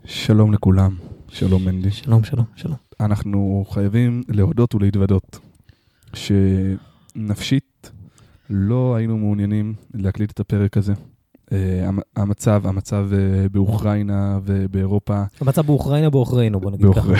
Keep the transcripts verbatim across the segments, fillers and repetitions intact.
שלום לכולם, שלום מנדי. שלום, שלום, שלום. אנחנו חייבים להודות ולהתוודות שנפשית לא היינו מעוניינים להקליט את הפרק הזה. המצב, המצב באוקראינה ובאירופה. המצב באוקראינה באוקראינו, בוא נגיד ככה.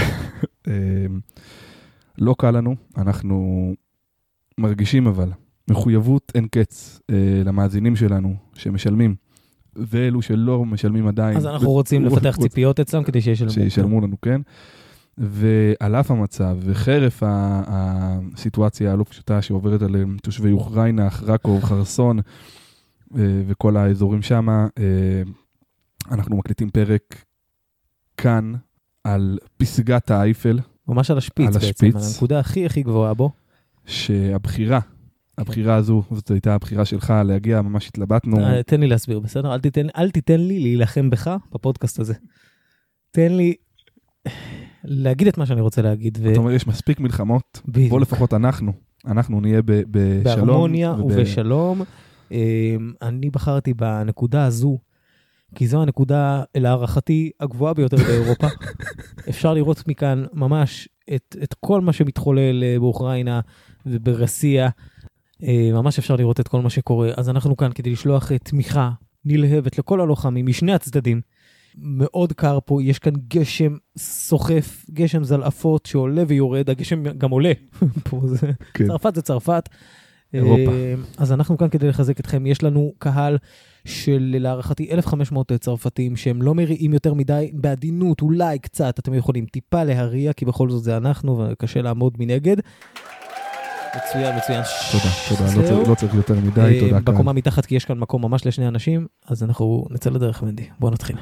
לא קל לנו, אנחנו מרגישים אבל מחויבות אין קץ למאזינים שלנו שמשלמים. ואלו שלא משלמים עדיין. אז אנחנו רוצים לפתח ציפיות אצלם כדי שישלמו. שישלמו לנו, כן. ועל אף המצב, וחרף הסיטואציה הלא פשוטה שעוברת על תושבי אוקראינה, חרקוב, חרסון, וכל האזורים שם, אנחנו מקליטים פרק כאן על פסגת האייפל. ממש על השפיץ בעצם, על הנקודה הכי הכי גבוהה בו. שהבחירה, הבחירה הזו, זאת הייתה הבחירה שלך להגיע, ממש התלבטנו. תן לי להסביר, בסדר? אל תיתן, אל תיתן לי להילחם בך בפודקאסט הזה. תן לי להגיד את מה שאני רוצה להגיד. זאת אומרת, יש מספיק מלחמות, בוא לפחות אנחנו, אנחנו נהיה בשלום. בהרמוניה ובשלום. אני בחרתי בנקודה הזו, כי זו הנקודה, להערכתי, הגבוהה ביותר באירופה. אפשר לראות מכאן ממש את, את כל מה שמתחולל באוקראינה וברוסיה. ממש אפשר לראות את כל מה שקורה. אז אנחנו כאן כדי לשלוח תמיכה נלהבת לכל הלוחמים משני הצדדים. מאוד קר פה, יש כאן גשם סוחף, גשם זלעפות שעולה ויורד, הגשם גם עולה. פה זה, כן. צרפת זה צרפת. אירופה. אז אנחנו כאן כדי לחזק אתכם. יש לנו קהל של להערכתי אלף וחמש מאות צרפתים שהם לא מריעים יותר מדי בעדינות, אולי קצת, אתם יכולים טיפה להריע, כי בכל זאת זה אנחנו וקשה לעמוד מנגד. מצוין, מצוין. תודה, תודה, לא צריך, לא צריך יותר מדי, תודה. בקומה מתחת, כי יש כאן מקום ממש לשני אנשים, אז אנחנו נצא לדרך, מנדי. בואו נתחיל.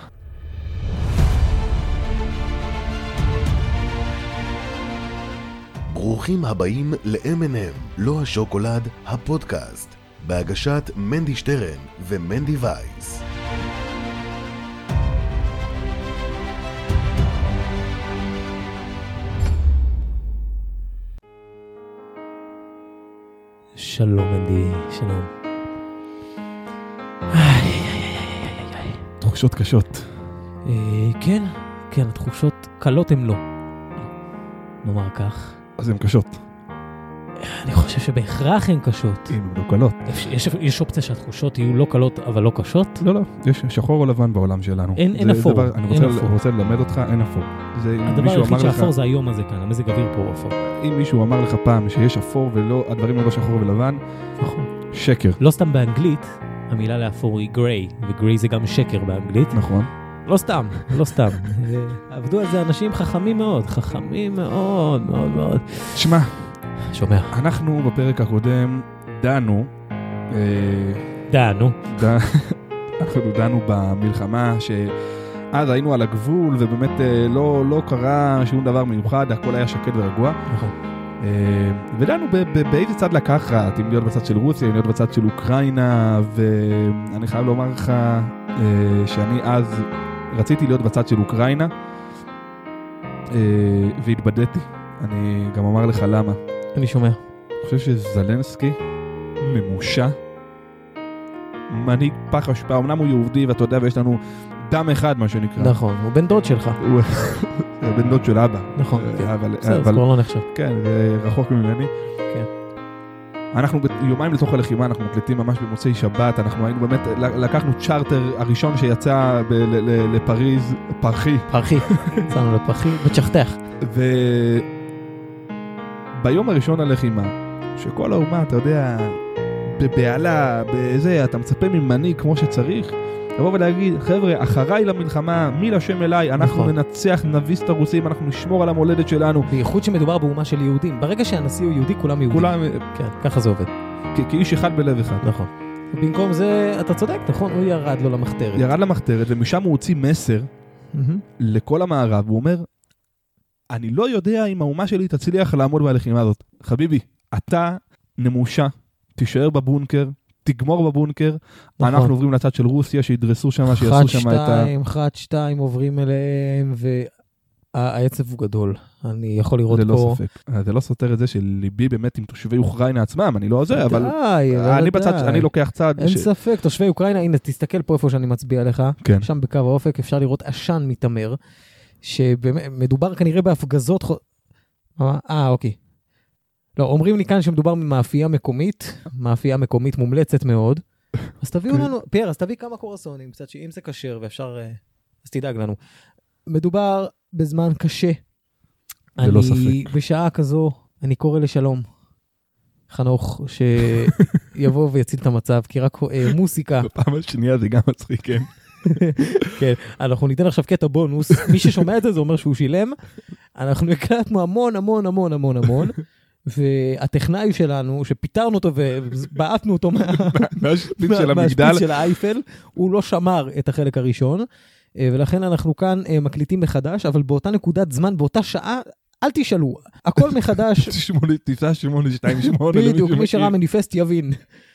ברוכים הבאים ל-אם אנד אם, לא השוקולד, הפודקאסט, בהגשת מנדי שטרן ומנדי וייס. שלום מנדי, שלום. תחושות קשות. כן, כן, התחושות קלות הן לא. נאמר כך. אז הן קשות. אני חושב שבהכרח הן קשות. אם הן לא קלות. יש, יש אופציה שהתחושות יהיו לא קלות, אבל לא קשות? לא, לא. יש שחור או לבן בעולם שלנו. אין, אין אפור. דבר, אני רוצה, אפור. רוצה ללמד אותך, אין אפור. הדבר היחיד שאפור זה היום הזה כאן, המזג אוויר פה אפור. אם מישהו אמר לך פעם שיש אפור ולא, הדברים הם לא שחור ולבן, נכון. שקר. לא סתם באנגלית, המילה לאפור היא גריי, וגריי זה גם שקר באנגלית. נכון. לא סתם, לא סתם. עבדו על זה אנשים חכמים מאוד, חכמים מאוד, מאוד, מאוד. שמע, שומע. אנחנו בפרק הקודם דנו, דנו. אנחנו דנו במלחמה שאז היינו על הגבול ובאמת לא, לא קרה שום דבר מיוחד, הכל היה שקט ורגוע. נכון. ודנו באיזה צד לקחת, אם להיות בצד של רוסיה, אם להיות בצד של אוקראינה, ואני חייב לומר לך שאני אז רציתי להיות בצד של אוקראינה, והתבדתי. אני גם אומר לך למה. אני שומע. אני חושב שזלנסקי ממושע, מנהיג פח אשפה, אמנם הוא יהודי, ואתה יודע, ויש לנו דם אחד, מה שנקרא. נכון, הוא בן דוד שלך. הוא בן דוד של אבא. נכון, בסדר, זה כבר לא נחשב. כן, זה רחוק ממני. כן. אנחנו יומיים לתוך הלחימה, אנחנו מקלטים ממש במוצאי שבת, אנחנו היינו באמת, לקחנו צ'ארטר הראשון שיצא לפריז, פרחי. פרחי, יצאנו לפרחי, בצ'חתך. וביום הראשון הלחימה, שכל האומה, אתה יודע, בבעלה, בזה, אתה מצפה ממני כמו שצריך, לבוא ולהגיד, חבר'ה, אחריי למלחמה, מי לשם אליי, אנחנו ננצח, נביס את הרוסים, אנחנו נשמור על המולדת שלנו. בייחוד שמדובר באומה של יהודים. ברגע שהנשיא הוא יהודי, כולם יהודים. כולם... כן, ככה זה עובד. כאיש אחד בלב אחד. נכון. ובמקום זה, אתה צודק, נכון? הוא ירד לו למחתרת. ירד למחתרת, ומשם הוא הוציא מסר לכל המערב. הוא אומר, אני לא יודע אם האומה שלי תצליח לעמוד בלחימה הזאת. חביבי, אתה נמושה, תישאר בבונקר, תגמור בבונקר, נכון. אנחנו עוברים לצד של רוסיה, שידרסו שם, שיעשו שם את ה... חד שתיים עוברים אליהם, העצב הוא גדול, אני יכול לראות זה פה... לא ספק. זה לא סותר את זה שליבי באמת עם תושבי אוקראינה עצמם, אני לא זה, אבל אני בצד, אני לוקח צד. אין ספק, תושבי אוקראינה, הנה, תסתכל פה איפה שאני מצביע לך, שם בקו האופק אפשר לראות עשן מתאמר, שמדובר כנראה בהפגזות... אה, אוקיי. לא, אומרים לי כאן שמדובר ממאפייה מקומית, מאפייה מקומית מומלצת מאוד, אז תביאו לנו, פייר, אז תביא כמה קורסונים, קצת שאם זה קשר ואפשר, אז תדאג לנו. מדובר בזמן קשה. זה לא ספק. בשעה כזו, אני קורא לשלום. חנוך, שיבוא ויציל את המצב, כי רק מוסיקה. בפעם השנייה זה גם מצחיק, כן. כן, אנחנו ניתן עכשיו קטע בונוס, מי ששומע את זה, זה אומר שהוא שילם, אנחנו הקלטנו המון המון המון המון המון, והטכנאי שלנו, שפיתרנו אותו ובעטנו אותו מהשפיץ של האייפל, הוא לא שמר את החלק הראשון, ולכן אנחנו כאן מקליטים מחדש, אבל באותה נקודת זמן, באותה שעה, אל תשאלו, הכל מחדש. טיסה שמונה שתיים שמונה. בדיוק, מי שראה מניפסט יבין.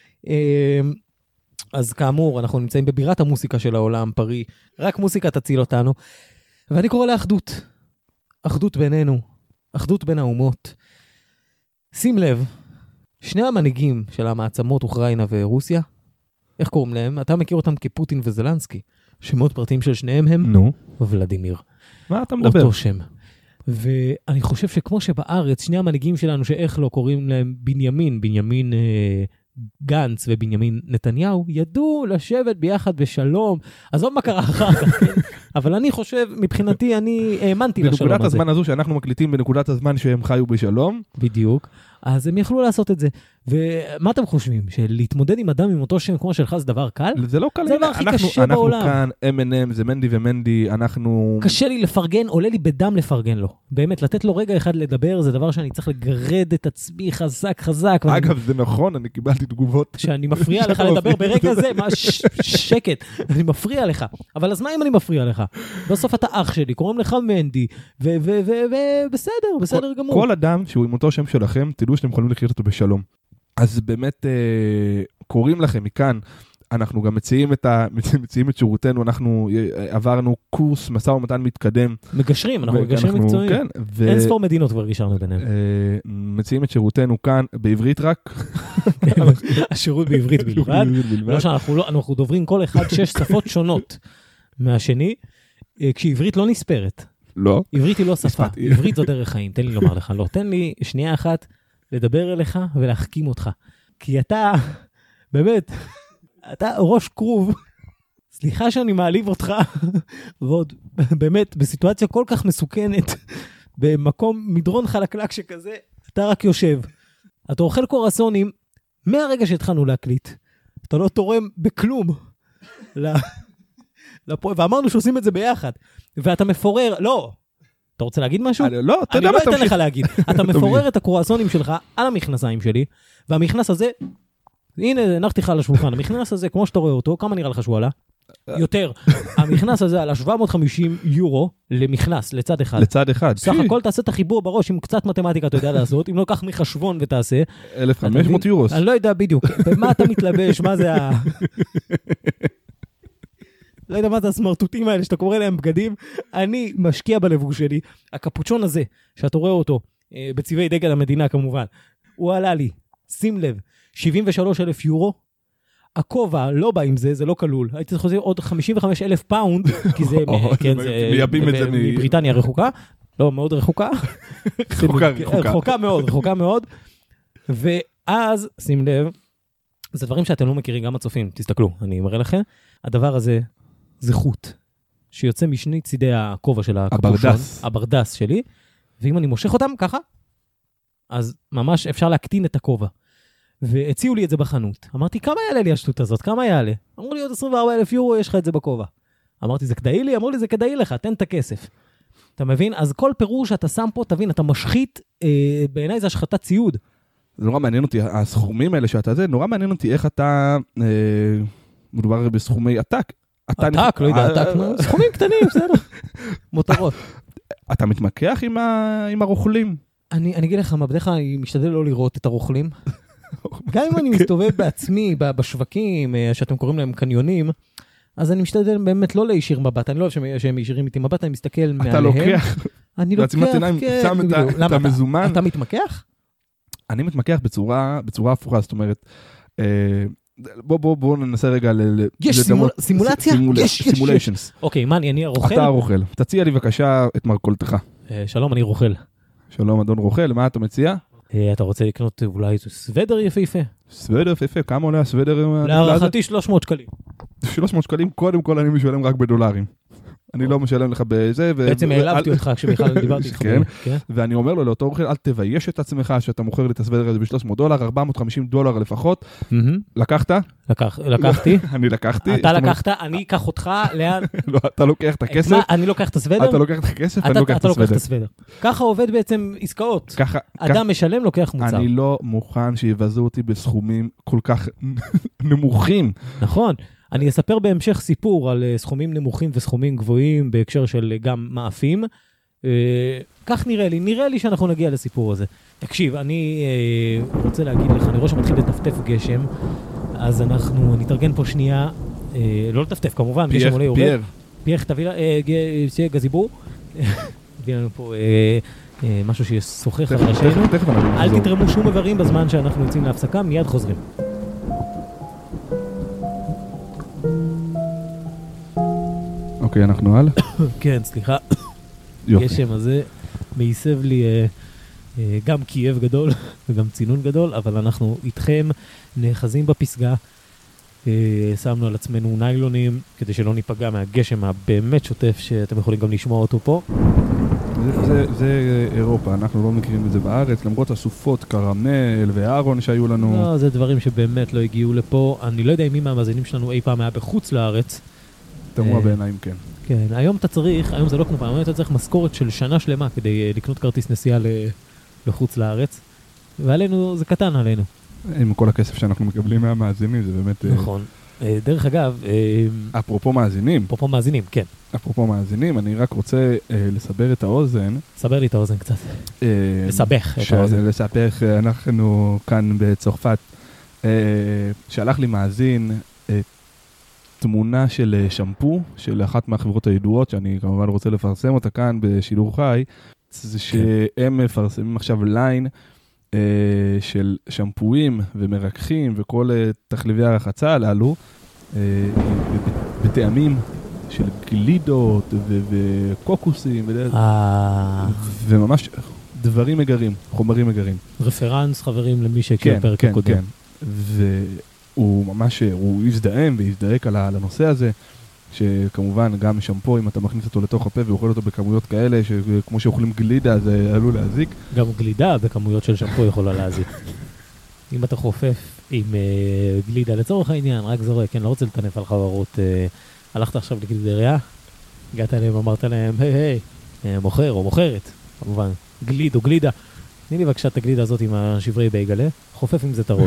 אז כאמור, אנחנו נמצאים בבירת המוסיקה של העולם, פרי, רק מוסיקה תציל אותנו, ואני קורא לאחדות, אחדות בינינו, אחדות בין האומות. שים לב, שני המנהיגים של המעצמות אוקראינה ורוסיה, איך קוראים להם? אתה מכיר אותם כפוטין וזלנסקי, שמות פרטיים של שניהם הם? נו. ולדימיר. מה אתה מדבר? אותו שם. ואני חושב שכמו שבארץ, שני המנהיגים שלנו, שאיך לא קוראים להם בנימין, בנימין אה, גנץ ובנימין נתניהו, ידעו לשבת ביחד בשלום. עזוב מה קרה אחר כך, כן? אבל אני חושב, מבחינתי, אני האמנתי לשלום הזה. בנקודת הזמן הזו שאנחנו מקליטים בנקודת הזמן שהם חיו בשלום. בדיוק. אז הם יכלו לעשות את זה. ומה אתם חושבים? שלהתמודד עם אדם עם אותו שם כמו שלך זה דבר קל? זה לא קל. זה דבר הכי אנחנו, קשה אנחנו בעולם. אנחנו כאן, אם אנד אם, זה מנדי ומנדי, אנחנו... קשה לי לפרגן, עולה לי בדם לפרגן לו. באמת, לתת לו רגע אחד לדבר, זה דבר שאני צריך לגרד את עצמי חזק חזק. אגב, ואני... זה נכון, אני קיבלתי תגובות. שאני מפריע לך לדבר ברגע זה, מה ש... שקט, אני מפריע לך. אבל אז מה אם אני מפריע לך? בסוף אתה אח שלי, קוראים לך מנדי, ובסדר, בסדר גמור. כל אדם שהוא עם אותו שם שלכם, תדעו שאתם יכולים לחיות אותו בשלום. אז באמת אה, קוראים לכם מכאן, אנחנו גם מציעים את, ה, מציעים את שירותנו, אנחנו עברנו קורס מסע ומתן מתקדם. מגשרים, אנחנו מגשרים מקצועיים. כן, ו... אין ספור מדינות כבר גישרנו ביניהם. אה, מציעים את שירותנו כאן, בעברית רק. השירות בעברית בלבד. לא שאנחנו לא, אנחנו דוברים כל אחד שש שפות שונות מהשני, כשעברית לא נספרת. לא. עברית היא לא שפה, עברית זו דרך חיים, תן לי לומר לך, לא, תן לי שנייה אחת לדבר אליך ולהחכים אותך. כי אתה, באמת, אתה ראש קרוב, סליחה שאני מעליב אותך, ועוד באמת בסיטואציה כל כך מסוכנת, במקום מדרון חלקלק שכזה, אתה רק יושב. אתה אוכל קורסונים, מהרגע שהתחלנו להקליט, אתה לא תורם בכלום. ואמרנו שעושים את זה ביחד. ואתה מפורר, לא. אתה רוצה להגיד משהו? לא, אתה יודע מה תמשיך. אני לא אתן לך תמשיך. להגיד. אתה מפורר את הקרואסונים שלך על המכנסיים שלי, והמכנס הזה, הנה, הנחתי לך על השולחן, המכנס הזה, כמו שאתה רואה אותו, כמה נראה לך שהוא עלה? יותר. המכנס הזה עלה שבע מאות וחמישים יורו למכנס, לצד אחד. לצד אחד. סך הכל תעשה את החיבור בראש, עם קצת מתמטיקה אתה יודע לעשות, אם לא כך מחשבון ותעשה. אלף וחמש מאות יורוס. אני לא יודע בדיוק, במה אתה מתלבש, מה זה ה... לא יודע מה זה הסמרטוטים האלה שאתה קורא להם בגדים, אני משקיע בלבוש שלי, הקפוצ'ון הזה, שאתה רואה אותו, בצבעי דגל המדינה כמובן, הוא עלה לי, שים לב, שבעים ושלושה אלף יורו, הכובע לא בא עם זה, זה לא כלול, הייתי צריך לזה עוד חמישים וחמישה אלף פאונד, כי זה, כן, זה, מבריטניה רחוקה, לא, מאוד רחוקה, רחוקה מאוד, רחוקה מאוד, ואז, שים לב, זה דברים שאתם לא מכירים, גם הצופים, תסתכלו, אני מראה לכם, הדבר הזה, זה חוט, שיוצא משני צידי הכובע של הקפוצ'ון, הברדס. הברדס שלי, ואם אני מושך אותם ככה, אז ממש אפשר להקטין את הכובע. והציעו לי את זה בחנות. אמרתי, כמה יעלה לי השטות הזאת? כמה יעלה? אמרו לי, עוד עשרים וארבעה אלף יורו, יש לך את זה בכובע. אמרתי, זה כדאי לי? אמרו לי, זה כדאי לך, תן את הכסף. אתה מבין? אז כל פירוש שאתה שם פה, תבין, אתה משחית, אה, בעיניי זה השחטת ציוד. זה נורא מעניין אותי, הסכומים האלה שאתה זה, נורא מעניין אותי איך אתה, אה, מדובר בסכומי עתק. עתק, לא יודע, עתק, סכומים קטנים, בסדר. מותרות. אתה מתמקח עם הרוכלים? אני אגיד לך, מה בדרך כלל אני משתדל לא לראות את הרוכלים. גם אם אני מסתובב בעצמי, בשווקים, שאתם קוראים להם קניונים, אז אני משתדל באמת לא להישיר מבט, אני לא אוהב שהם יישירים איתי מבט, אני מסתכל מעליהם. אתה לוקח, אני לוקח, כן. שם את המזומן. אתה מתמקח? אני מתמקח בצורה הפוכה, זאת אומרת, בוא, בוא, בוא ננסה רגע ל... יש סימולציה? יש, יש, יש. אוקיי, מה, אני הרוכל? אתה הרוכל. תציע לי בבקשה את מרכולתך. שלום, אני רוכל. שלום, אדון רוכל, מה אתה מציע? אתה רוצה לקנות אולי סוודר יפהפה? סוודר יפהפה, כמה עולה הסוודר? להערכתי שלוש מאות שקלים. שלוש מאות שקלים, קודם כל אני משלם רק בדולרים. אני לא משלם לך בזה. בעצם העלבתי אותך כשבכלל דיברתי איתך. כן, ואני אומר לו לאותו אוכל, אל תבייש את עצמך שאתה מוכר לי את הסוודר הזה ב-שלוש מאות דולר, ארבע מאות וחמישים דולר לפחות. לקחת? לקחתי. אני לקחתי. אתה לקחת, אני אקח אותך לאן? לא, אתה לוקח את הכסף. אני לוקח את הסוודר? אתה לוקח את הכסף, אני לוקח את הסוודר. ככה עובד בעצם עסקאות. אדם משלם, לוקח מוצר. אני לא מוכן שיבזו אותי בסכומים כל כך נמוכים. נכון. אני אספר בהמשך סיפור על סכומים נמוכים וסכומים גבוהים בהקשר של גם מאפים. כך נראה לי, נראה לי שאנחנו נגיע לסיפור הזה. תקשיב, אני רוצה להגיד לך, אני רואה שמתחיל לטפטף גשם, אז אנחנו נתארגן פה שנייה, לא לטפטף כמובן, גשם עולה יורד. פייר. פייר, תביא לה, גזיבור. תביא לנו פה משהו שישוחח על ראשינו. אל תתרמו שום איברים בזמן שאנחנו יוצאים להפסקה, מיד חוזרים. אוקיי, אנחנו על? כן, סליחה. יופי. גשם הזה מייסב לי אה, אה, גם כאב גדול וגם צינון גדול, אבל אנחנו איתכם נאחזים בפסגה, אה, שמנו על עצמנו ניילונים כדי שלא ניפגע מהגשם הבאמת שוטף שאתם יכולים גם לשמוע אותו פה. זה, זה, זה אירופה, אנחנו לא מכירים את זה בארץ, למרות הסופות קרמל וארון שהיו לנו. לא, זה דברים שבאמת לא הגיעו לפה. אני לא יודע אם מי מהמאזינים שלנו אי פעם היה בחוץ לארץ. תמוה בעיניים, כן. כן, היום אתה צריך, היום זה לא כמו פעם, היום אתה צריך משכורת של שנה שלמה כדי לקנות כרטיס נסיעה לחוץ לארץ, ועלינו, זה קטן עלינו. עם כל הכסף שאנחנו מקבלים מהמאזינים, זה באמת... נכון. דרך אגב... אפרופו מאזינים. אפרופו מאזינים, כן. אפרופו מאזינים, אני רק רוצה לסבר את האוזן. סבר לי את האוזן קצת. לסבך את האוזן. לסבך, אנחנו כאן בצרפת. שלח לי מאזין תמונה של שמפו, של אחת מהחברות הידועות, שאני כמובן רוצה לפרסם אותה כאן בשידור חי, זה שהם מפרסמים עכשיו ליין של שמפויים ומרקחים וכל תחליבי הרחצה הללו, בטעמים של גלידות וקוקוסים, וממש דברים מגרים, חומרים מגרים. רפרנס, חברים, למי שהכיר פרק הקודם. כן, כן, והוא ממש, הוא יזדהם ויזדהק על הנושא הזה, שכמובן גם שמפו, אם אתה מכניס אותו לתוך הפה ואוכל אותו בכמויות כאלה, כמו שאוכלים גלידה, זה עלול להזיק. גם גלידה בכמויות של שמפו יכולה להזיק. אם אתה חופף עם uh, גלידה, לצורך העניין, רק זורק, כן, לא רוצה לטנף על חברות, uh, הלכת עכשיו לגלידריה, הגעת אליהם, אמרת להם, היי, היי, uh, מוכר או מוכרת, כמובן, גליד או גלידה. תני לי בבקשה את הגלידה הזאת עם השברי בייגלה, חופף עם זה את הראש.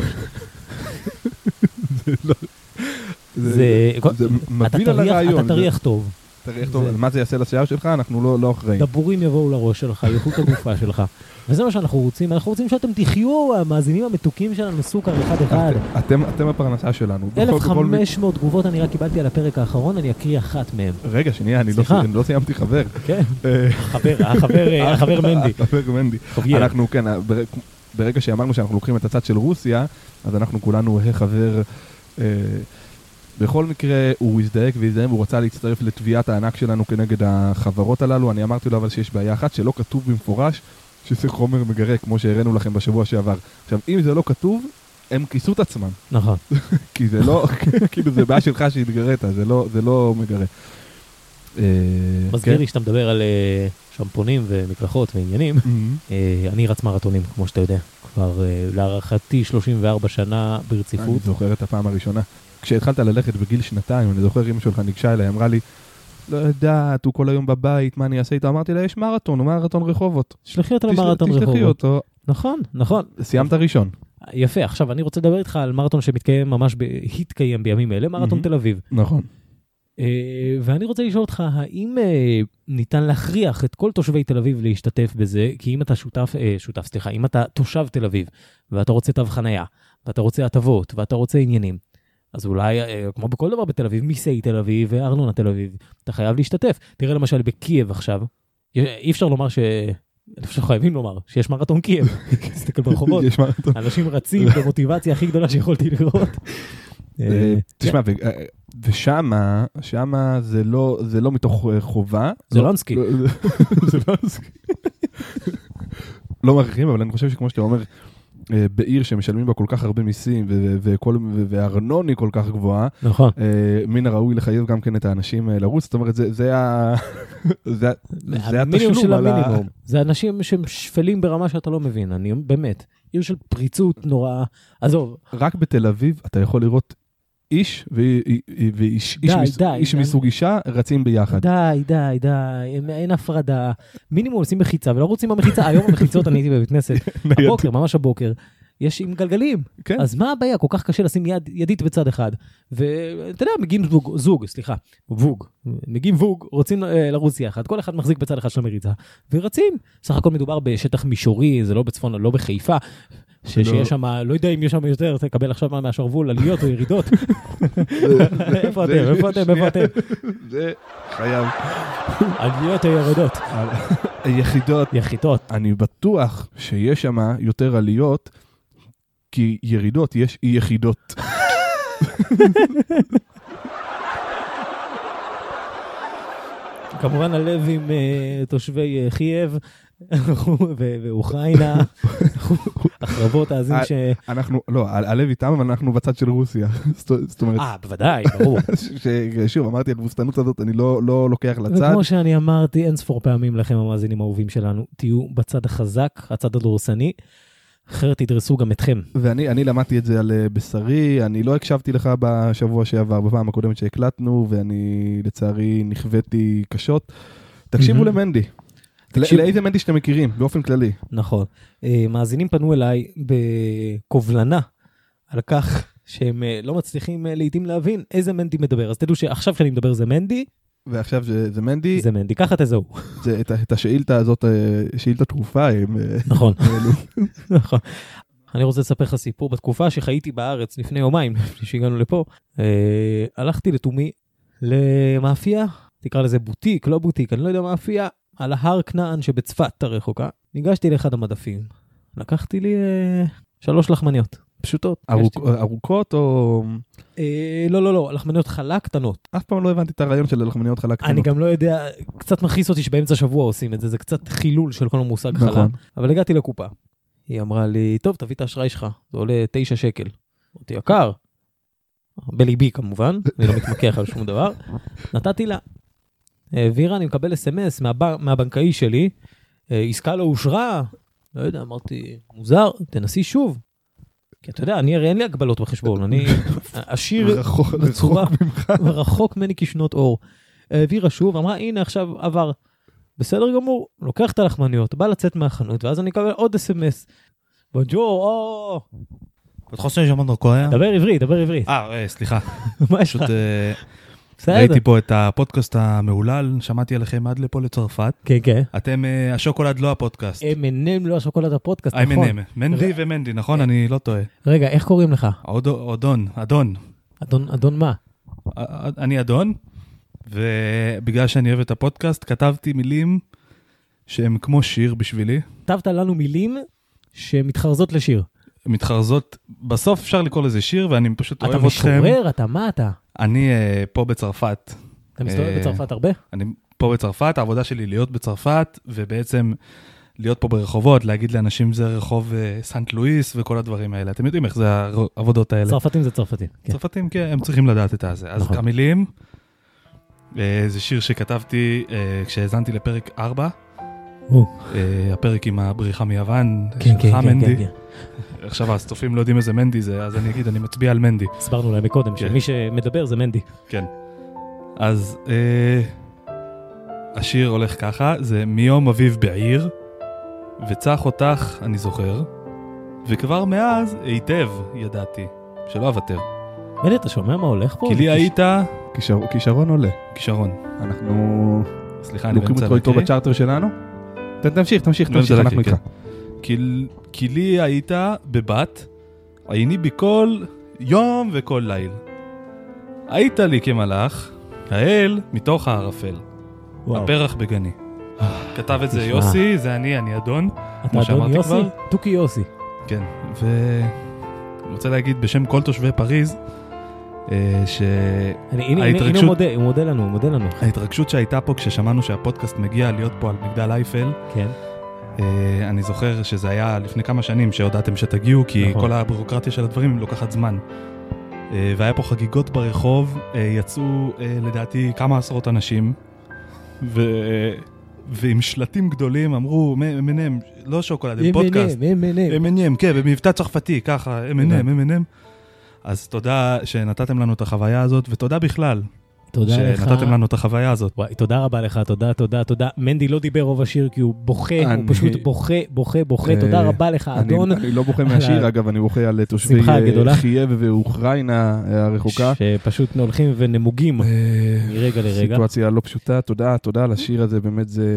זה מביל על הרעיון. אתה תריח טוב. תריח טוב, מה זה יעשה לשיער שלך? אנחנו לא אחראים. דבורים יבואו לראש שלך, יחוט הגופה שלך. וזה מה שאנחנו רוצים, אנחנו רוצים שאתם תחיו, המאזינים המתוקים שלנו, סוכר אחד אחד. אתם הפרנסה שלנו. אלף וחמש מאות תגובות אני רק קיבלתי על הפרק האחרון, אני אקריא אחת מהם. רגע, שנייה, אני לא סיימתי חבר. כן, החבר מנדי. החבר מנדי. אנחנו, כן, ברגע שאמרנו שאנחנו לוקחים את הצד של רוסיה, אז אנחנו כולנו חבר... בכל מקרה הוא הזדהק והזדהם, הוא רצה להצטרף לתביעת הענק שלנו כנגד החברות הללו. אני אמרתי לו אבל שיש בעיה אחת שלא כתוב במפורש שזה חומר מגרה, כמו שהראינו לכם בשבוע שעבר. עכשיו, אם זה לא כתוב, הם כיסו את עצמם. נכון. כי זה לא, כאילו זה בעיה שלך שהתגרית, זה לא, זה לא מגרה. מזכיר לי שאתה מדבר על שמפונים ומקלחות ועניינים. אני רץ מרתונים, כמו שאתה יודע. כבר להערכתי שלושים וארבע שנה ברציפות. אני זוכר את הפעם הראשונה. כשהתחלת ללכת בגיל שנתיים, אני זוכר אמא שלך ניגשה אליי, אמרה לי, לא יודעת, הוא כל היום בבית, מה אני אעשה איתו? אמרתי לה, יש מרתון, הוא מרתון רחובות. שלחי אותו למרתון רחובות. תשלחי אותו. נכון, נכון. סיימת ראשון. יפה, עכשיו אני רוצה לדבר איתך על מרתון שמתקיים ממש, התקיים בימים אלה, מרתון תל אביב. נכון. ואני רוצה לשאול אותך, האם ניתן להכריח את כל תושבי תל אביב להשתתף בזה? כי אם אתה שותף, שותף, סליחה, אם אתה תושב תל אביב, ואתה רוצה תו חנייה, ואתה רוצה הטבות, ואתה רוצה עניינים, אז אולי, כמו בכל דבר בתל אביב, מיסי תל אביב וארנונה תל אביב, אתה חייב להשתתף. תראה למשל בקייב עכשיו, אי אפשר לומר ש... אני חושב שחייבים לומר שיש מרתון קייב, תסתכל ברחובות, אנשים רצים במוטיבציה הכי גדולה שיכולתי לראות. תשמע, ושמה, שמה זה לא מתוך חובה. זה לונסקי. זה לונסקי. לא מכריחים, אבל אני חושב שכמו שאתה אומר, בעיר שמשלמים בה כל כך הרבה מיסים, והארנונה כל כך גבוהה, נכון. מן הראוי לחייב גם כן את האנשים לרוץ, זאת אומרת, זה המינימום של המינימום. זה אנשים שהם שפלים ברמה שאתה לא מבין, אני באמת, עיר של פריצות נוראה, עזוב. רק בתל אביב אתה יכול לראות איש ואיש מסוג אישה רצים ביחד. די, די, די, אין הפרדה. מינימום עושים מחיצה, ולא רוצים במחיצה. היום המחיצות אני הייתי בבית כנסת, הבוקר, ממש הבוקר, יש עם גלגלים. אז מה הבעיה? כל כך קשה לשים ידית בצד אחד. ואתה יודע, מגיעים זוג, סליחה, ווג, מגיעים ווג, רוצים לרוץ יחד, כל אחד מחזיק בצד אחד של המריצה, ורצים. סך הכל מדובר בשטח מישורי, זה לא בצפון, לא בחיפה. שיש שם, לא יודע אם יש שם יותר, תקבל עכשיו מהשרוול, עליות או ירידות. איפה אתם? איפה אתם? איפה אתם? זה חייב. עליות או ירידות? יחידות. יחידות. אני בטוח שיש שם יותר עליות, כי ירידות יש אי יחידות. כמובן הלב עם תושבי חייב, ואוקראינה, החרבות האזים ש... אנחנו, לא, הלב איתם, אבל אנחנו בצד של רוסיה. זאת אומרת... אה, בוודאי, ברור. שוב, אמרתי, התבוסתנות הזאת, אני לא לוקח לצד. וכמו שאני אמרתי, אין ספור פעמים לכם, המאזינים האהובים שלנו, תהיו בצד החזק, הצד הדורסני, אחרת תדרסו גם אתכם. ואני אני למדתי את זה על בשרי, אני לא הקשבתי לך בשבוע שעבר, בפעם הקודמת שהקלטנו, ואני לצערי נכוויתי קשות. תקשיבו למנדי. לאיזה מנדי שאתם מכירים, באופן כללי. נכון. מאזינים פנו אליי בקובלנה על כך שהם לא מצליחים לעתים להבין איזה מנדי מדבר. אז תדעו שעכשיו שאני מדבר זה מנדי. ועכשיו זה מנדי. זה מנדי, ככה תזהו. את השאילתה הזאת, שאילתה תרופה. נכון. נכון. אני רוצה לספר לך סיפור. בתקופה שחייתי בארץ לפני יומיים, לפני שהגענו לפה, הלכתי לתומי למאפייה, תקרא לזה בוטיק, לא בוטיק, אני לא יודע מאפייה, על ההר כנען שבצפת הרחוקה. ניגשתי לאחד המדפים. לקחתי לי אה, שלוש לחמניות. פשוטות. ארוכ... ארוכות או... אה, לא, לא, לא. לחמניות חלה קטנות. אף פעם לא הבנתי את הרעיון של לחמניות חלה קטנות. אני גם לא יודע, קצת מכעיס אותי שבאמצע שבוע עושים את זה. זה קצת חילול של כל המושג נכון. חלה. אבל הגעתי לקופה. היא אמרה לי, טוב, תביא את האשראי שלך. זה עולה תשע שקל. אותי יקר. בליבי כמובן. אני לא מתמקח על שום דבר. נתתי לה. העבירה, אני מקבל אס אם אס מהבנקאי שלי, עסקה לא אושרה, לא יודע, אמרתי, מוזר, תנסי שוב. כי אתה יודע, אני הרי אין לי הגבלות בחשבון, אני עשיר בצורה, רחוק ממני כשנות אור. העבירה שוב, אמרה, הנה עכשיו עבר. בסדר גמור, לוקח את הלחמניות, בא לצאת מהחנות, ואז אני אקבל עוד אס אם אס. בונג'ור, או... בתחוסן שמענו כהה? דבר עברית, דבר עברית. אה, סליחה. מה יש לך? ראיתי פה את הפודקאסט המעולל, שמעתי עליכם עד לפה לצרפת. כן, כן. אתם השוקולד לא הפודקאסט. אם אם אם לא השוקולד הפודקאסט, נכון. אם אם אם. מנדי ומנדי, נכון? אני לא טועה. רגע, איך קוראים לך? אדון, אדון. אדון, אדון מה? אני אדון, ובגלל שאני אוהב את הפודקאסט, כתבתי מילים שהן כמו שיר בשבילי. כתבת לנו מילים שמתחרזות לשיר. מתחרזות, בסוף אפשר לקרוא לזה שיר, ואני פשוט אוהב אתכם. אתה משורר, אתה מה אתה? אני uh, פה בצרפת. אתה מסתובב uh, בצרפת הרבה? אני פה בצרפת, העבודה שלי להיות בצרפת, ובעצם להיות פה ברחובות, להגיד לאנשים זה רחוב uh, סנט לואיס וכל הדברים האלה. אתם יודעים איך זה העבודות האלה? צרפתים זה צרפתים. כן. צרפתים, כן, הם צריכים לדעת את הזה. אז נכון. המילים, uh, זה שיר שכתבתי uh, כשהזנתי לפרק ארבע, uh, הפרק עם הבריחה מיוון, כן, שלך כן, מנדי. כן, כן. עכשיו הסטופים לא יודעים איזה מנדי זה, אז אני אגיד, אני מצביע על מנדי. הסברנו להם מקודם, כן. שמי שמדבר זה מנדי. כן. אז אה, השיר הולך ככה, זה מיום אביב בעיר, וצח אותך, אני זוכר, וכבר מאז היטב ידעתי, שלא אבטר. מנדי, אתה שומע מה הולך פה? כי לי היית... כישר... כישרון עולה. כישרון. אנחנו... סליחה, אני באמצע לוקחים אותו איתו בצ'ארטר שלנו? תמשיך, תמשיך, תמשיך, אנחנו איתך. כי, כי לי היית בבת, הייני בכל יום וכל ליל. היית לי כמלאך, האל מתוך הערפל. וואו. הפרח בגני. כתב את זה תשמע. יוסי, זה אני, אני אדון. אתה כמו אדון שאמרתי יוסי? כבר. תוכי יוסי. כן, ואני רוצה להגיד בשם כל תושבי פריז, אה, אני- הנה, הנה, הנה ההתרגשות- הוא מודה, הוא מודה לנו, הוא מודה לנו. שההתרגשות שהייתה פה כששמענו שהפודקאסט מגיע להיות פה על מגדל אייפל, כן. אה, אני זוכר שזה היה לפני כמה שנים שהודעתם שתגיעו, כי נכון. כל הבירוקרטיה של הדברים לוקחת זמן. אה, והיה פה חגיגות ברחוב, אה, יצאו אה, לדעתי כמה עשרות אנשים, ו... ועם שלטים גדולים אמרו, M&M, לא שוקולד, הם פודקאסט. M and M. M and M, כן, במבטא צרפתי, ככה, M and M, M and M. אז תודה שנתתם לנו את החוויה הזאת, ותודה בכלל, תודה לך. שנתתם לנו את החוויה הזאת. וואי, תודה רבה לך, תודה, תודה, תודה. מנדי לא דיבר רוב השיר כי הוא בוכה, הוא אני- פשוט בוכה, בוכה, בוכה. אה, תודה רבה לך, אני- אדון. אני לא בוכה על מהשיר, ה- אגב, אני בוכה על תושבי שמחה אה, גדולה. חייב ואוקראינה אה, הרחוקה. שפשוט הולכים ונמוגים אה, מרגע לרגע. סיטואציה לא פשוטה, תודה, תודה על השיר הזה, באמת זה...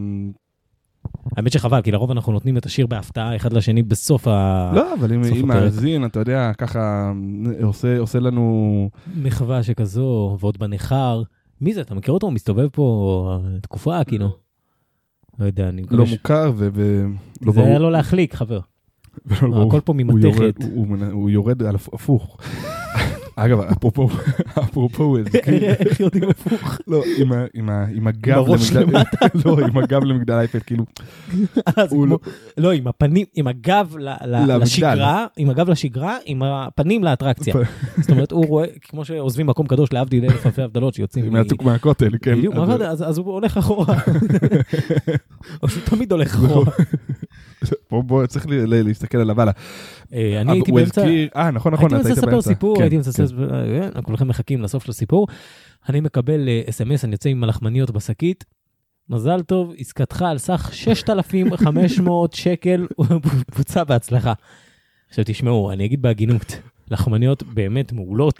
האמת שחבל, כי לרוב אנחנו נותנים את השיר בהפתעה אחד לשני בסוף ה... לא, אבל אם סוף אם הפרק. מאזין, אתה יודע, ככה עושה עושה לנו... מחווה שכזו, ועוד בניכר. מי זה? אתה מכיר אותו? הוא מסתובב פה תקופה, כאילו. לא יודע, אני מקווה לא ש- מוכר ולא זה היה ברור. לו להחליק, חבר. ולא ברור. הכל פה הוא ממתכת. יורד- הוא- הוא- הוא יורד על הפ- הפוך. אגב, אפרופו, אפרופו, הוא הזכיר, איך יודעים הפוך? לא, עם ה- עם ה- עם הגב בראש למגדל, לא, עם הגב למגדל אייפל, כאילו, אה, זה הוא כמו- לא, עם הפנים, עם הגב ל- ל- למגדל. לשגרה, עם הגב לשגרה, עם הפנים לאטרקציה. זאת אומרת, הוא רואה, כמו שעוזבים מקום קדוש להבדיל אלף אלפי הבדלות שיוצאים... מ- מהצוק מהכותל, כן. בדיוק, אז- מה זה? אז אז הוא הולך אחורה. או שהוא תמיד הולך אחורה. בוא, בוא, צריך ל- ל- להסתכל עליו הלאה. אה, אני אבל הייתי הוא באמצע... הזכיר- אה, נכון, נכון, הייתי אתה רוצה היית לספר באמצע. סיפור, כן, הייתי רוצה כן. לספר, אה, כולכם מחכים לסוף של הסיפור. אני מקבל אס אם אס, אני יוצא עם מלחמניות בשקית. מזל טוב, עסקתך על סך שישת אלפים וחמש מאות שקל, בוצע בהצלחה. עכשיו תשמעו, אני אגיד בהגינות, לחמניות באמת מעולות.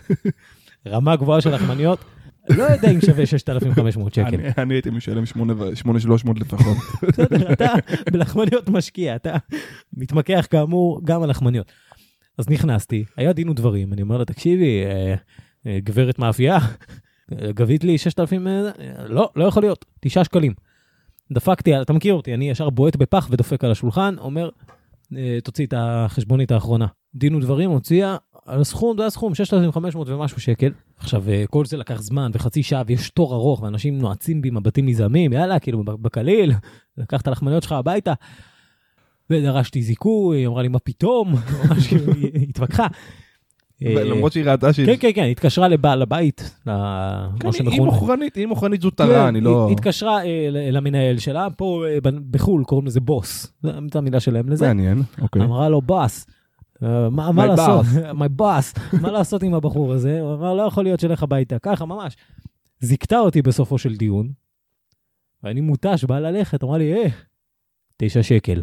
רמה גבוהה של לחמניות, לא יודע אם שווה שישת אלפים וחמש מאות שקל. אני- אני הייתי משלם שמונה אלף שלוש מאות לפחות. בסדר, אתה בלחמניות משקיע, אתה מתמקח כאמור גם על לחמניות. אז נכנסתי, היה דין ודברים, אני אומר לה, תקשיבי, אה, אה, גברת מאפייה, אה, גבית לי שישת אלפים, אה, לא, לא יכול להיות, תשעה שקלים. דפקתי, על- אתה מכיר אותי, אני ישר בועט בפח ודופק על השולחן, אומר, אה, תוציא את החשבונית האחרונה. דין ודברים, הוציאה, על הסכום, זה הסכום, שישת אלפים וחמש מאות ומשהו שקל. עכשיו, אה, כל זה לקח זמן וחצי שעה, ויש תור ארוך, ואנשים נועצים בי מבטים מזעמים, יאללה, כאילו, בקליל, לקח את הלחמניות שלך הביתה. ודרשתי זיכוי, היא אמרה לי, מה פתאום? ממש כאילו, היא התווכחה. אה, למרות שהיא ראתה שהיא... כן, כן, כן, התקשרה לבעל הבית, כן, כמו היא שמכונה. מוכרנית, היא מוכרנית זוטרה, אני לא... היא התקשרה אה, ל- למנהל שלה, פה אה, ב- בחול קוראים לזה בוס, זו המילה שלהם לזה. מעניין, אוקיי. אמרה לו, בוס, אה, מה מה My לעשות? my boss, מה לעשות עם הבחור הזה? הוא אמר, לא יכול להיות שלך הביתה, ככה ממש. זיקתה אותי בסופו של דיון, ואני מותש, בא ללכת, אמרה לי, אה, תשע שקל.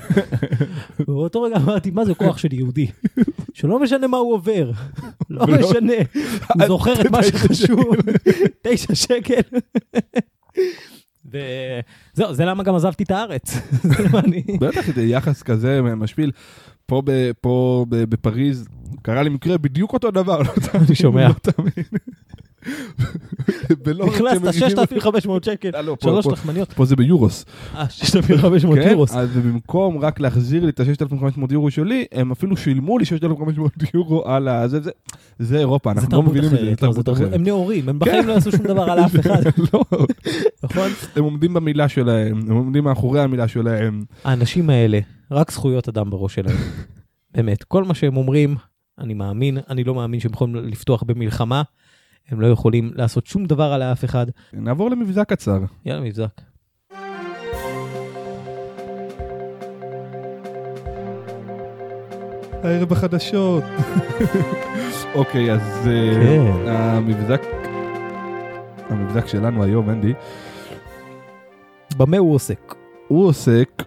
ובאותו רגע אמרתי, מה זה כוח של יהודי? שלא משנה מה הוא עובר, לא ולא- משנה, הוא זוכר את מה תשע שחשוב, תשע שקל. וזהו, זה למה גם עזבתי את הארץ. זה למה אני... בטח, זה יחס כזה משפיל. פה ב- פה ב- בפריז, קרה לי מקרה בדיוק אותו דבר. לא תאמין, אני שומע. לא תאמין. ולא רק שהם נכנסת מגישים- שישת אלפים וחמש מאות שקל, אה, לא, פה- שלוש פה- לחמניות. פה זה ביורוס. אה, שישת אלפים וחמש מאות כן, יורוס. אז במקום רק להחזיר לי את ה-שישת אלפים וחמש מאות יורו שלי, הם אפילו שילמו לי שישת אלפים וחמש מאות יורו על ה... זה- זה- זה אירופה, זה אנחנו לא תרבות מבינים את זה, אחרת, זה לא, זה תרבות תרבות- אחרת. הם נאורים, הם בחיים לא יעשו שום דבר על אף אחד, לא, נכון? הם עומדים במילה שלהם, הם עומדים מאחורי המילה שלהם. האנשים האלה, רק זכויות אדם בראש שלהם. באמת, כל מה שהם אומרים, אני מאמין, אני לא מאמין שהם יכולים לפתוח במלחמה, הם לא יכולים לעשות שום דבר על אף אחד. נעבור למבזק קצר. יאללה, מבזק. הערב בחדשות. אוקיי, אז אה, כן. המבזק, המבזק שלנו היום, אנדי, במה הוא עוסק? הוא עוסק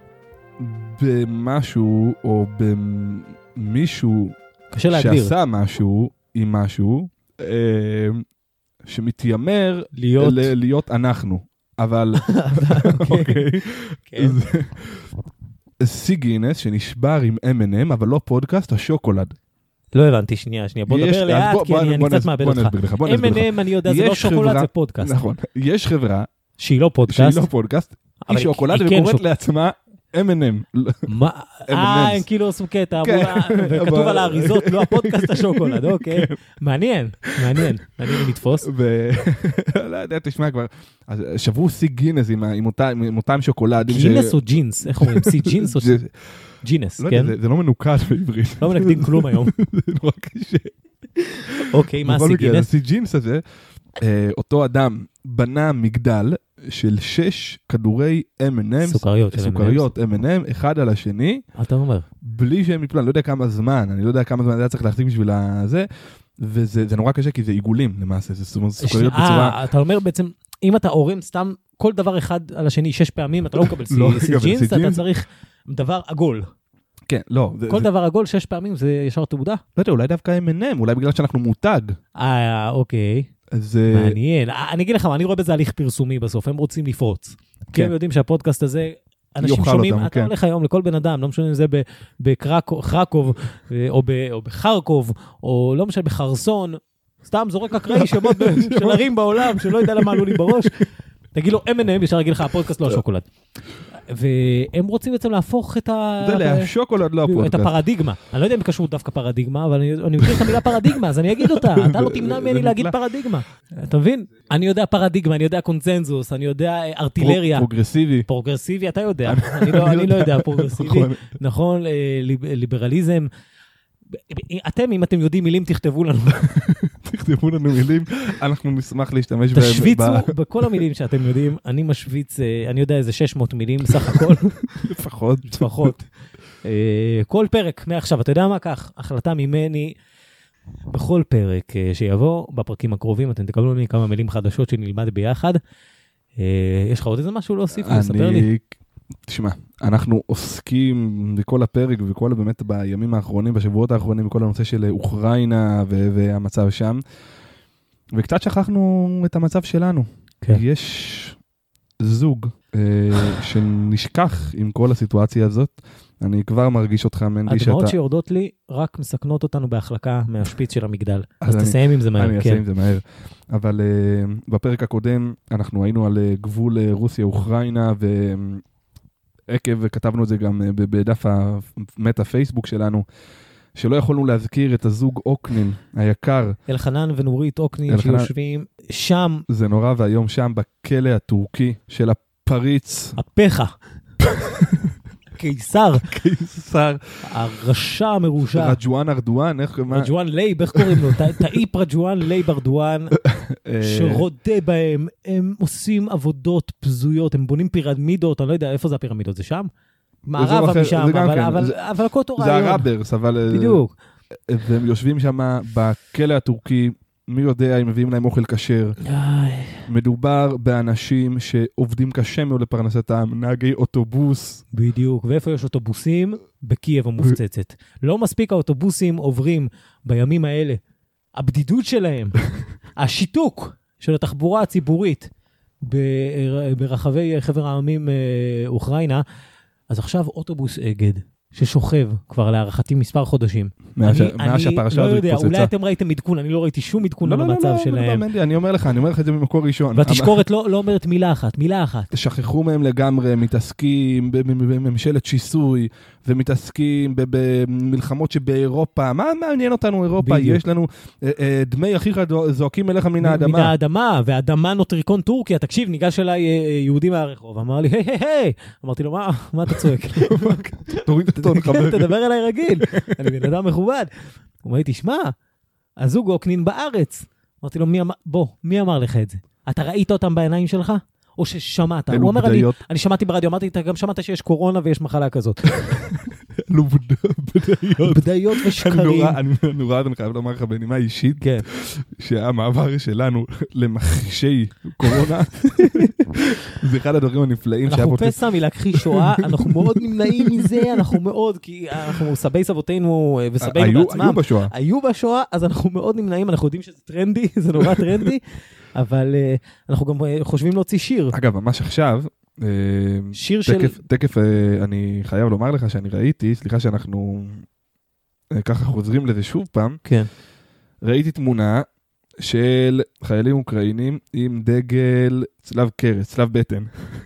במשהו או במישהו קשה להגדיר. שעשה משהו עם משהו אה, שמתיימר להיות... ל- להיות אנחנו, אבל אוקיי, כן. זה- שיא גינס שנשבר עם אם אנד אם, אבל לא פודקאסט, השוקולד. לא הבנתי, שנייה, שנייה, בוא נדבר לאט, כי אני קצת מאבד אותך. אם אן אם, אני יודע, זה לא שוקולד, זה פודקאסט. נכון, יש חברה, שהיא לא פודקאסט. שהיא לא פודקאסט, היא שוקולד וקוראת לעצמה אם אן אם. מה? אה, הם כאילו עשו קטע, וכתוב על האריזות, לא הפודקאסט השוקולד, אוקיי. מעניין, מעניין, מעניין אם נתפוס. לא יודע, תשמע כבר, שברו סי גינס עם אותם שוקולדים. גינס או ג'ינס? איך אומרים? סי ג'ינס או סי? ג'ינס, כן? זה לא מנוקד בעברית. לא מנקדים כלום היום. זה נורא קשה. אוקיי, מה סי גינס? הסי ג'ינס הזה, אותו אדם בנה מגדל של שש כדורי אם אנד אמס, סוכריות אם אנד אם, אחד על השני. אתה אומר? בלי שהם יפלו, אני לא יודע כמה זמן, אני לא יודע כמה זמן זה היה צריך להחזיק בשביל זה, וזה נורא קשה כי זה עיגולים למעשה, זה סוכריות בצורה... אתה אומר בעצם, אם אתה עורם סתם כל דבר אחד על השני שש פעמים, אתה לא מקבל סי ג'ינס, אתה צריך דבר עגול. כן, לא. כל דבר עגול שש פעמים זה ישר תעודה? לא יודע, אולי דווקא אם אנד אם, אולי בגלל שאנחנו מותג. אה, אוקיי. מעניין. אני אגיד לך, אני רואה בזה הליך פרסומי בסוף, הם רוצים לפרוץ. כי הם יודעים שהפודקאסט הזה, אנשים שומעים, אתה הולך היום לכל בן אדם, לא משנה אם זה בקרקוב, או בחרקוב, או לא משנה בחרסון, סתם זורק אקראי שמות של ערים בעולם, שלא יודע למה עלו לי בראש. תגיד לו, אם אנד אם, ישר אגיד לך, הפודקאסט לא השוקולד. והם רוצים בעצם להפוך את ה... זה להשוקולד, לא הפודקאסט. את הפרדיגמה. אני לא יודע אם קשור דווקא פרדיגמה, אבל אני מכיר את המילה פרדיגמה, אז אני אגיד אותה. אתה לא תמנע ממני להגיד פרדיגמה. אתה מבין? אני יודע פרדיגמה, אני יודע קונצנזוס, אני יודע ארטילריה. פרוגרסיבי. פרוגרסיבי, אתה יודע. אני לא יודע פרוגרסיבי. נכון, ליברליזם. אתם, אם אתם יודעים מילים, תכתבו לנו. תכתבו לנו מילים, אנחנו נשמח להשתמש בהם. תשוויצו בכל המילים שאתם יודעים, אני משוויץ, אני יודע איזה שש מאות מילים סך הכל. לפחות. לפחות. כל פרק, מעכשיו, אתה יודע מה כך? החלטה ממני, בכל פרק שיבוא, בפרקים הקרובים, אתם תקבלו ממני כמה מילים חדשות שנלמד ביחד. יש לך עוד איזה משהו להוסיף? לספר לי? תשמע, אנחנו עוסקים בכל הפרק וכל באמת בימים האחרונים, בשבועות האחרונים, בכל הנושא של אוקראינה והמצב שם, וקצת שכחנו את המצב שלנו. כן. יש זוג שנשכח עם כל הסיטואציה הזאת, אני כבר מרגיש אותך, מנדי, שאתה... הדמעות שיורדות לי רק מסכנות אותנו בהחלקה מהשפיץ של המגדל. אז תסיים עם זה מהר. אני אסיים עם זה מהר. אבל בפרק הקודם אנחנו היינו על גבול רוסיה-אוקראינה, ו... עקב, וכתבנו את זה גם בדף המטה פייסבוק שלנו, שלא יכולנו להזכיר את הזוג אוקנין היקר. אלחנן ונורית אוקנין שיושבים שם. זה נורא והיום שם בכלא הטורקי של הפריץ. הפחה. קיסר. קיסר. הרשע המרושע. רג'ואן ארדואן, איך... רג'ואן לייב, איך קוראים לו? תאיפ רג'ואן לייב ארדואן, שרודה בהם, הם עושים עבודות פזויות, הם בונים פירמידות, אני לא יודע איפה זה הפירמידות, זה שם? מערבה משם, אבל הכל תורה. זה הראברס, אבל... בדיוק. והם יושבים שם בכלא הטורקי, מי יודע אם מביאים להם אוכל כשר. מדובר באנשים שעובדים קשה מאוד לפרנסתם, נהגי אוטובוס. בדיוק, ואיפה יש אוטובוסים? בקייב המופצצת. לא מספיק האוטובוסים עוברים בימים האלה. הבדידות שלהם, השיתוק של התחבורה הציבורית ברחבי חבר העמים אוקראינה, אז עכשיו אוטובוס אגד. ששוכב כבר להערכתי מספר חודשים. מאז שהפרשה הזאת התפוצצה. אולי אתם ראיתם עדכון, אני לא ראיתי שום עדכון במצב שלהם. לא, לא, לא, אני אומר לך, אני אומר לך את זה ממקור ראשון. והתשקורת לא אומרת מילה אחת, מילה אחת. שכחו מהם לגמרי, מתעסקים בממשלת שיסוי, ומתעסקים במלחמות שבאירופה. מה מעניין אותנו אירופה? יש לנו דמי אחיך זועקים אליך מן האדמה. מן האדמה, והאדמה נוטריקון טורקיה. תקשיב, ניגש אליי יהודי מהרחוב, אמר לי, היי, היי, היי. אמרתי לו, מה אתה צועק? תוריד את הטון, חבר. תדבר אליי רגיל. אני בן אדם מכובד. הוא אומר לי, תשמע, הזוג אוקנין בארץ. אמרתי לו, בוא, מי אמר לך את זה? אתה ראית אותם בעיניים שלך? או ששמעת? הוא אומר, אני שמעתי ברדיו, אמרתי, אתה גם שמעת שיש קורונה ויש מחלה כזאת. אלו בדיות. בדיות ושקרים. אני נורא, אני חייב לומר לך בנימה אישית, שהמעבר שלנו למכחישי קורונה, זה אחד הדברים הנפלאים. אנחנו פסע מלהכחיש שואה, אנחנו מאוד נמנעים מזה, אנחנו מאוד, כי אנחנו סבי סבותינו וסבינו בעצמם. היו בשואה. היו בשואה, אז אנחנו מאוד נמנעים, אנחנו יודעים שזה טרנדי, זה נורא טרנדי, אבל אנחנו גם חושבים להוציא שיר. אגב, ממש עכשיו, שיר של... תקף, אני חייב לומר לך שאני ראיתי, סליחה שאנחנו ככה חוזרים לזה שוב פעם, כן. ראיתי תמונה של חיילים אוקראינים עם דגל צלב קרס, צלב בטן.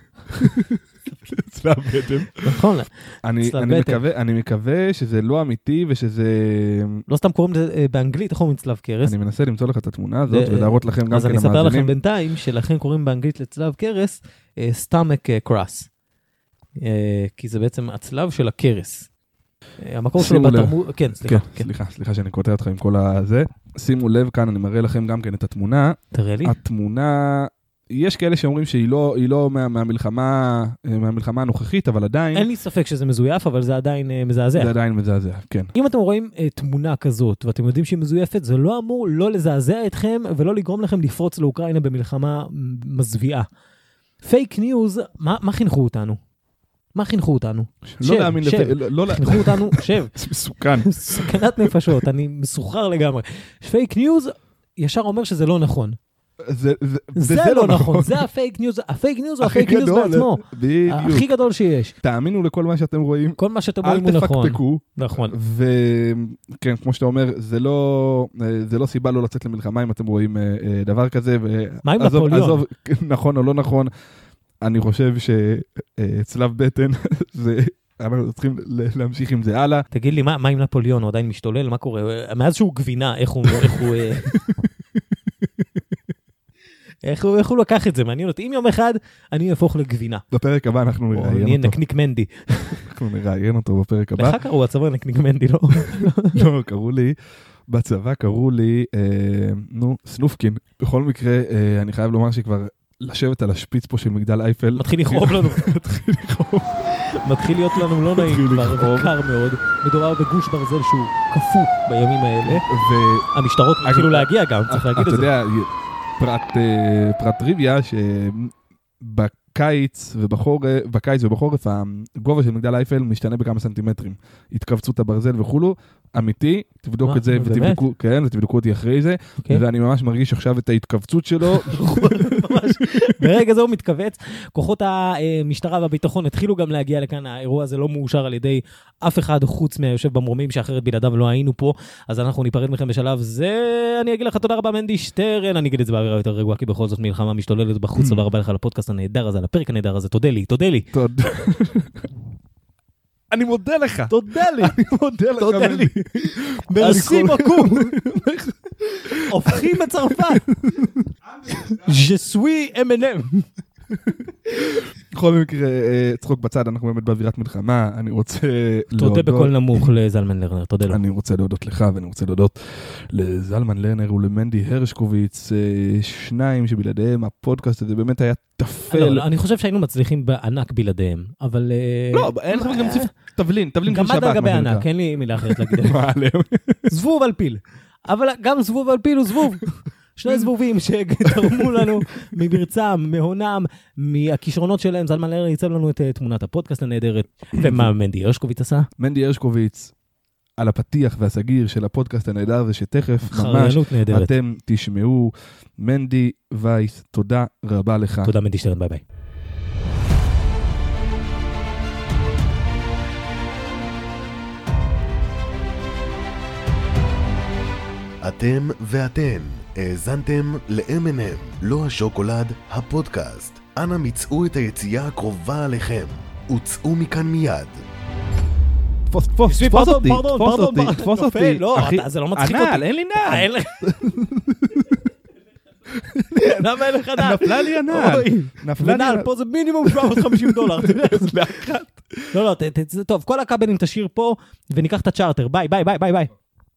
צלב בטן. נכון. אני, צלב אני, בטן. מקווה, אני מקווה שזה לא אמיתי ושזה... לא סתם קוראים לזה באנגלית, איך אומרים צלב קרס? אני מנסה למצוא לך את התמונה הזאת זה- ולהראות לכם גם אז כן אני אספר לכם המאזינים. בינתיים, שלכן קוראים באנגלית לצלב קרס, סטאמק קראס. כי זה בעצם הצלב של הקרס. אה, המקור שלו שימו לב. בתרבות, כן, סליחה, כן, כן. סליחה, סליחה שאני קוטע אותך עם כל הזה. שימו לב, כאן אני מראה לכם גם כן את התמונה. תראה לי. התמונה, יש כאלה שאומרים שהיא לא, היא לא מה, מהמלחמה, מהמלחמה הנוכחית, אבל עדיין, אין לי ספק שזה מזויף, אבל זה עדיין אה, מזעזע. זה עדיין מזעזע, כן. אם אתם רואים אה, תמונה כזאת, ואתם יודעים שהיא מזויפת, זה לא אמור לא לזעזע אתכם, ולא לגרום לכם לפרוץ לאוקראינה במלחמה מזוויעה. פייק ניוז, מה, מה חינכו אותנו? מה חינכו אותנו? לא שב, להאמין, שב. לזה, לא, לא, חינכו אותנו, שב. זה מסוכן. סכנת נפשות, אני מסוחרר לגמרי. פייק ניוז ישר אומר שזה לא נכון. זה, זה, זה לא נכון, זה הפייק ניוז, הפייק ניוז הוא הכי הפייק ניוז גדול, בעצמו. בדיוק. הכי גדול שיש. תאמינו לכל מה שאתם רואים, כל מה שאתם אל רואים הוא נכון. תפקפקו, נכון. וכן, כמו שאתה אומר, זה לא, זה לא סיבה לא לצאת למלחמה אם אתם רואים אה, אה, דבר כזה, מה עם ועזוב, נפוליאון? עזוב, נכון או לא נכון, אני חושב שצלב בטן, זה, אנחנו צריכים להמשיך עם זה הלאה. תגיד לי, מה מה עם נפוליאון? הוא עדיין משתולל? מה קורה? מאז שהוא גבינה, איך הוא... איך הוא, אה, איך הוא, איך הוא לקח את זה? מעניין אותי. אם יום אחד אני אהפוך לגבינה. בפרק הבא אנחנו או נהיה נראיין אותו, נקניק מנדי. אנחנו נראיין אותו בפרק הבא. לך קראו הצבא נקניק מנדי, לא? לא, קראו לי, בצבא קראו לי, אה, נו, סנופקין. בכל מקרה, אה, אני חייב לומר שכבר לשבת על השפיץ פה של מגדל אייפל. מתחיל לכאוב לנו. מתחיל לכאוב. מתחיל להיות לנו לא נעים מתחיל כבר, לכאוב. וקר מאוד. מדובר בגוש ברזל שהוא קפוא בימים האלה. ו... המשטרות התחילו להגיע גם, צריך להגיד אתה את זה. יודע, פרט, אה, פרט טריוויה, שבקיץ ובחורף, בקיץ ובחורף, הגובה של מגדל אייפל משתנה בכמה סנטימטרים. התכווצות הברזל וכולו, אמיתי, תבדוק מה? את זה באמת? ותבדקו, כן, ותבדקו אותי אחרי זה, אוקיי. ואני ממש מרגיש עכשיו את ההתכווצות שלו. ממש. ברגע זה הוא מתכווץ, כוחות המשטרה והביטחון התחילו גם להגיע לכאן, האירוע הזה לא מאושר על ידי אף אחד חוץ מהיושב במרומים, שאחרת בלעדיו לא היינו פה, אז אנחנו ניפרד מכם בשלב זה. אני אגיד לך תודה רבה מנדי שטרן, אני אגיד את זה באווירה יותר רגועה, כי בכל זאת מלחמה משתוללת בחוץ, תודה רבה לך על הפודקאסט הנהדר הזה, על הפרק הנהדר הזה, תודה לי, תודה לי. תודה. אני מודה לך. תודה לי. אני מודה לך. תודה לי. מנדי. מרסי בקום. הופכים בצרפת. Je suis M and M. בכל מקרה, אה, צחוק בצד, אנחנו באמת באווירת מלחמה, אני רוצה להודות... תודה בקול נמוך לזלמן לרנר, תודה לו. אני רוצה להודות לך, ואני רוצה להודות לזלמן לרנר ולמנדי הרשקוביץ, אה, שניים שבלעדיהם הפודקאסט הזה באמת היה לא, תפל. לא, אני חושב שהיינו מצליחים בענק בלעדיהם, אבל... אה, לא, אין לך גם נוסיף תבלין, תבלין של גם שבת. עד לגבי מה שנקרא. ענק, אין לי מילה אחרת להגיד. מה עליהם? זבוב על פיל. אבל גם זבוב על פיל הוא זבוב. שני זבובים שתרמו לנו מברצם, מהונם, מהכישרונות שלהם. זלמן לרנר ייצב לנו את תמונת הפודקאסט הנהדרת. ומה מנדי הרשקוביץ עשה? מנדי הרשקוביץ, על הפתיח והסגיר של הפודקאסט הנהדר הזה, שתכף ממש חריינות נהדרת. אתם תשמעו. מנדי וייס, תודה רבה לך. תודה מנדי שטרן, ביי ביי. אתם ואתן האזנתם ל-אם אנד אם, לא השוקולד, הפודקאסט. אנא מצאו את היציאה הקרובה עליכם. וצאו מכאן מיד. תפוס, תפוס, תפוס תפוס אותי, אותי, פרדון, תפוס פרדון, אותי, פרדון, תפוס נופל, אותי. לא, אחי, אתה- זה לא מצחיק הנעל, אותי. אין לי נעל. אין לך... למה אין לך נעל? נפלה לי הנעל. אוי, נפלה לי ונעל, הנעל. פה זה מינימום שבע מאות וחמישים דולר. אתה יודע, זה לאחת. לא, לא, ת- ת- טוב, כל הכבלים תשאיר פה, וניקח את הצ'ארטר. ביי, ביי, ביי, ביי, ביי.